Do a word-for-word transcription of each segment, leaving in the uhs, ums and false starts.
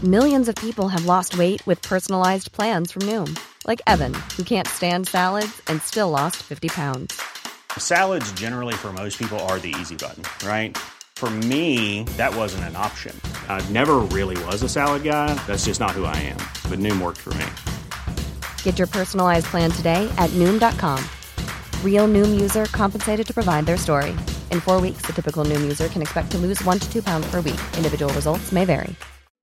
Millions of people have lost weight with personalized plans from Noom. Like Evan, who can't stand salads and still lost fifty pounds. Salads generally for most people are the easy button, right? For me, that wasn't an option. I never really was a salad guy. That's just not who I am. But Noom worked for me. Get your personalized plan today at Noom dot com. Real Noom user compensated to provide their story. In four weeks, the typical Noom user can expect to lose one to two pounds per week. Individual results may vary.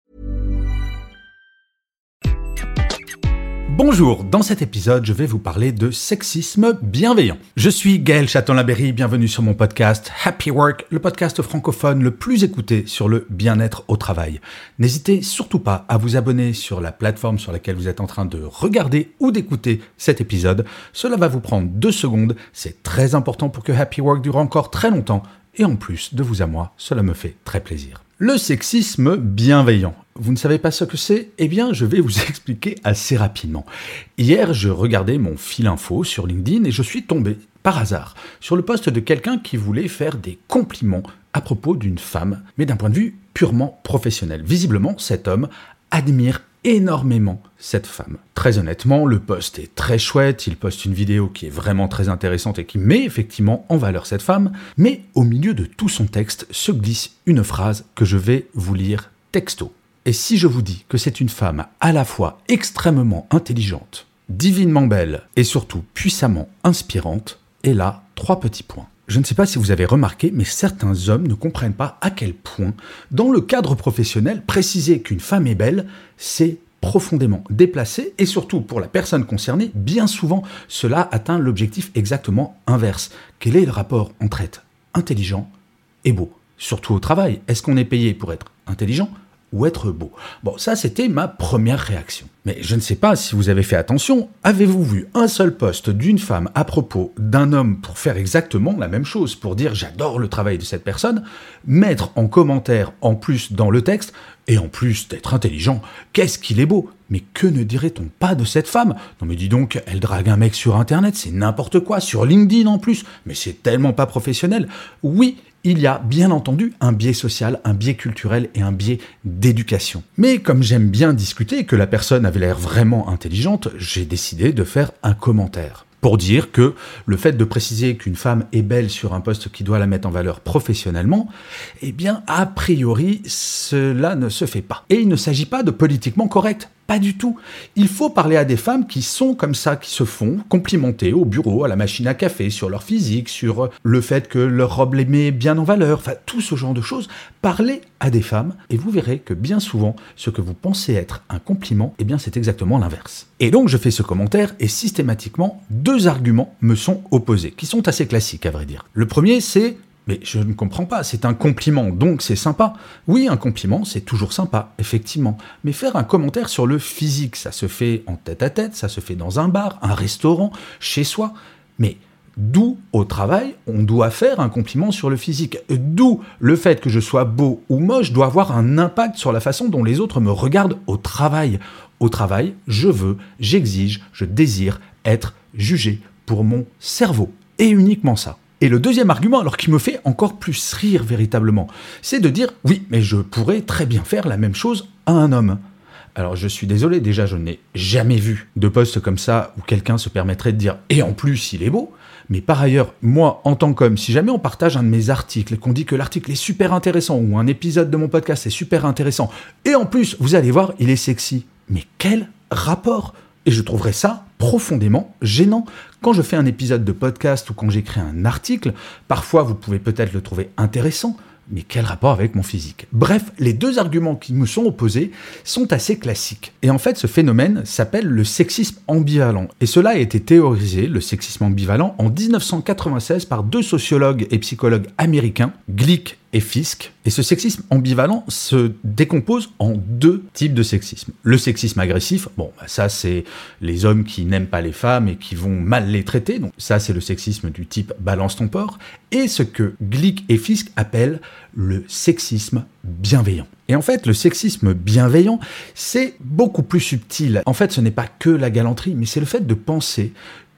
Bonjour, dans cet épisode, je vais vous parler de sexisme bienveillant. Je suis Gaël Châtelain-Berry, bienvenue sur mon podcast Happy Work, le podcast francophone le plus écouté sur le bien-être au travail. N'hésitez surtout pas à vous abonner sur la plateforme sur laquelle vous êtes en train de regarder ou d'écouter cet épisode. Cela va vous prendre deux secondes, c'est très important pour que Happy Work dure encore très longtemps. Et en plus, de vous à moi, cela me fait très plaisir. Le sexisme bienveillant. Vous ne savez pas ce que c'est ? Eh bien, je vais vous expliquer assez rapidement. Hier, je regardais mon fil info sur LinkedIn et je suis tombé, par hasard, sur le post de quelqu'un qui voulait faire des compliments à propos d'une femme, mais d'un point de vue purement professionnel. Visiblement, cet homme admire énormément cette femme. Très honnêtement, le post est très chouette, il poste une vidéo qui est vraiment très intéressante et qui met effectivement en valeur cette femme, mais au milieu de tout son texte se glisse une phrase que je vais vous lire texto. Et si je vous dis que c'est une femme à la fois extrêmement intelligente, divinement belle et surtout puissamment inspirante, et là, trois petits points. Je ne sais pas si vous avez remarqué, mais certains hommes ne comprennent pas à quel point, dans le cadre professionnel, préciser qu'une femme est belle, c'est profondément déplacé et surtout pour la personne concernée, bien souvent, cela atteint l'objectif exactement inverse. Quel est le rapport entre être intelligent et beau ? Surtout au travail, est-ce qu'on est payé pour être intelligent ou être beau ? Bon, ça c'était ma première réaction. Mais je ne sais pas si vous avez fait attention, avez-vous vu un seul post d'une femme à propos d'un homme pour faire exactement la même chose, pour dire j'adore le travail de cette personne, mettre en commentaire en plus dans le texte, et en plus d'être intelligent, qu'est-ce qu'il est beau ? Mais que ne dirait-on pas de cette femme ? Non mais dis donc, elle drague un mec sur internet, c'est n'importe quoi, sur LinkedIn en plus, mais c'est tellement pas professionnel. Oui, il y a bien entendu un biais social, un biais culturel et un biais d'éducation. Mais comme j'aime bien discuter et que la personne avait l'air vraiment intelligente, j'ai décidé de faire un commentaire. Pour dire que le fait de préciser qu'une femme est belle sur un poste qui doit la mettre en valeur professionnellement, eh bien, a priori, cela ne se fait pas. Et il ne s'agit pas de politiquement correct. Pas du tout. Il faut parler à des femmes qui sont comme ça, qui se font complimenter au bureau, à la machine à café, sur leur physique, sur le fait que leur robe les met bien en valeur, enfin tout ce genre de choses. Parlez à des femmes et vous verrez que bien souvent, ce que vous pensez être un compliment, eh bien c'est exactement l'inverse. Et donc je fais ce commentaire et systématiquement, deux arguments me sont opposés, qui sont assez classiques à vrai dire. Le premier c'est... Mais je ne comprends pas, c'est un compliment, donc c'est sympa. Oui, un compliment, c'est toujours sympa, effectivement. Mais faire un commentaire sur le physique, ça se fait en tête-à-tête, ça se fait dans un bar, un restaurant, chez soi. Mais d'où, au travail, on doit faire un compliment sur le physique. D'où le fait que je sois beau ou moche doit avoir un impact sur la façon dont les autres me regardent au travail. Au travail, je veux, j'exige, je désire être jugé pour mon cerveau. Et uniquement ça. Et le deuxième argument, alors qui me fait encore plus rire véritablement, c'est de dire « oui, mais je pourrais très bien faire la même chose à un homme ». Alors je suis désolé, déjà je n'ai jamais vu de post comme ça où quelqu'un se permettrait de dire « et en plus il est beau ». Mais par ailleurs, moi, en tant qu'homme, si jamais on partage un de mes articles et qu'on dit que l'article est super intéressant ou un épisode de mon podcast est super intéressant, et en plus, vous allez voir, il est sexy. Mais quel rapport ? Et je trouverais ça profondément gênant. Quand je fais un épisode de podcast ou quand j'écris un article, parfois vous pouvez peut-être le trouver intéressant, mais quel rapport avec mon physique ? Bref, les deux arguments qui me sont opposés sont assez classiques. Et en fait, ce phénomène s'appelle le sexisme ambivalent. Et cela a été théorisé, le sexisme ambivalent, en dix-neuf cent quatre-vingt-seize par deux sociologues et psychologues américains, Glick et Fisk. Et ce sexisme ambivalent se décompose en deux types de sexisme. Le sexisme agressif, bon, bah ça c'est les hommes qui n'aiment pas les femmes et qui vont mal les traiter, donc ça c'est le sexisme du type balance ton porc, et ce que Glick et Fisk appellent le sexisme bienveillant. Et en fait, le sexisme bienveillant, c'est beaucoup plus subtil. En fait, ce n'est pas que la galanterie, mais c'est le fait de penser que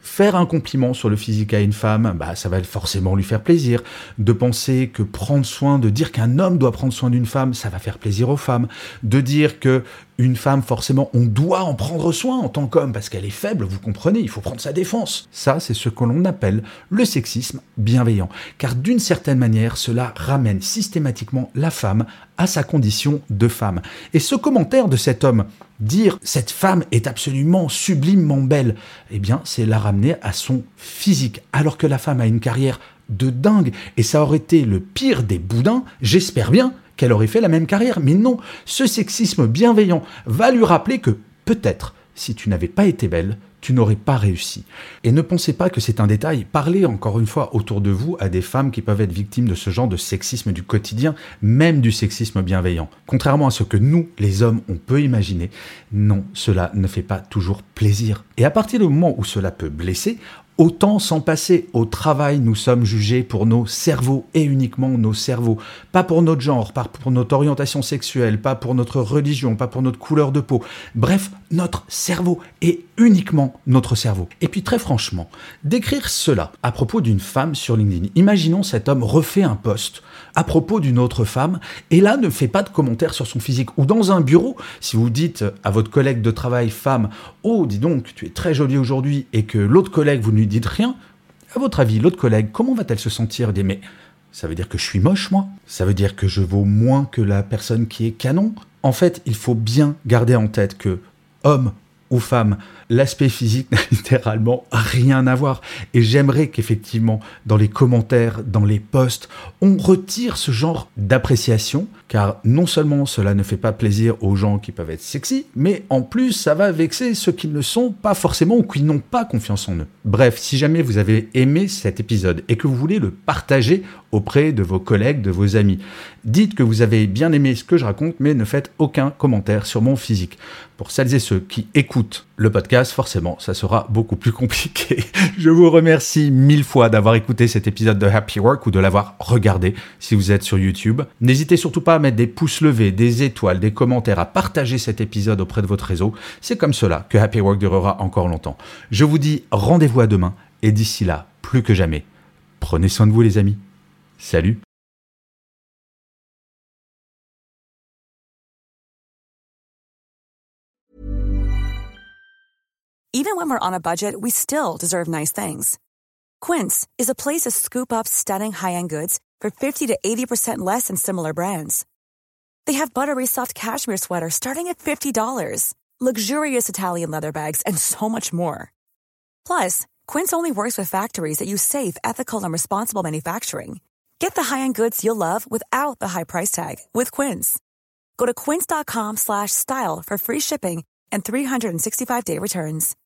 faire un compliment sur le physique à une femme, bah, ça va forcément lui faire plaisir. De penser que prendre soin, de dire qu'un homme doit prendre soin d'une femme, ça va faire plaisir aux femmes. De dire que une femme, forcément, on doit en prendre soin en tant qu'homme parce qu'elle est faible, vous comprenez, il faut prendre sa défense. Ça, c'est ce que l'on appelle le sexisme bienveillant. Car d'une certaine manière, cela ramène systématiquement la femme à sa condition de femme. Et ce commentaire de cet homme, dire « cette femme est absolument sublimement belle », eh bien, c'est la ramener à son physique. Alors que la femme a une carrière de dingue, et ça aurait été le pire des boudins, j'espère bien qu'elle aurait fait la même carrière. Mais non, ce sexisme bienveillant va lui rappeler que peut-être, si tu n'avais pas été belle, tu n'aurais pas réussi. Et ne pensez pas que c'est un détail. Parlez encore une fois autour de vous à des femmes qui peuvent être victimes de ce genre de sexisme du quotidien, même du sexisme bienveillant. Contrairement à ce que nous, les hommes, on peut imaginer, non, cela ne fait pas toujours plaisir. Et à partir du moment où cela peut blesser, autant s'en passer. Au travail, nous sommes jugés pour nos cerveaux et uniquement nos cerveaux. Pas pour notre genre, pas pour notre orientation sexuelle, pas pour notre religion, pas pour notre couleur de peau. Bref, notre cerveau et uniquement notre cerveau. Et puis très franchement, d'écrire cela à propos d'une femme sur LinkedIn. Imaginons cet homme refait un post à propos d'une autre femme et là ne fait pas de commentaires sur son physique. Ou dans un bureau, si vous dites à votre collègue de travail femme « Oh, dis donc, tu es très jolie aujourd'hui » et que l'autre collègue, vous ne lui dites rien, à votre avis, l'autre collègue, comment va-t-elle se sentir ? Dire, mais ça veut dire que je suis moche, moi ? Ça veut dire que je vaux moins que la personne qui est canon ? En fait, il faut bien garder en tête que homme ou femme, l'aspect physique n'a littéralement rien à voir. Et j'aimerais qu'effectivement, dans les commentaires, dans les posts, on retire ce genre d'appréciation, car non seulement cela ne fait pas plaisir aux gens qui peuvent être sexy, mais en plus, ça va vexer ceux qui ne le sont pas forcément ou qui n'ont pas confiance en eux. Bref, si jamais vous avez aimé cet épisode et que vous voulez le partager auprès de vos collègues, de vos amis, dites que vous avez bien aimé ce que je raconte, mais ne faites aucun commentaire sur mon physique. Pour celles et ceux qui écoutent le podcast, forcément, ça sera beaucoup plus compliqué. Je vous remercie mille fois d'avoir écouté cet épisode de Happy Work ou de l'avoir regardé si vous êtes sur YouTube. N'hésitez surtout pas à mettre des pouces levés, des étoiles, des commentaires, à partager cet épisode auprès de votre réseau. C'est comme cela que Happy Work durera encore longtemps. Je vous dis rendez-vous à demain et d'ici là, plus que jamais, prenez soin de vous les amis. Salut! Even when we're on a budget, we still deserve nice things. Quince is a place to scoop up stunning high-end goods for fifty to eighty percent less than similar brands. They have buttery soft cashmere sweaters starting at fifty dollars, luxurious Italian leather bags, and so much more. Plus, Quince only works with factories that use safe, ethical, and responsible manufacturing. Get the high-end goods you'll love without the high price tag with Quince. Go to quince.com slash style for free shipping and three sixty-five day returns.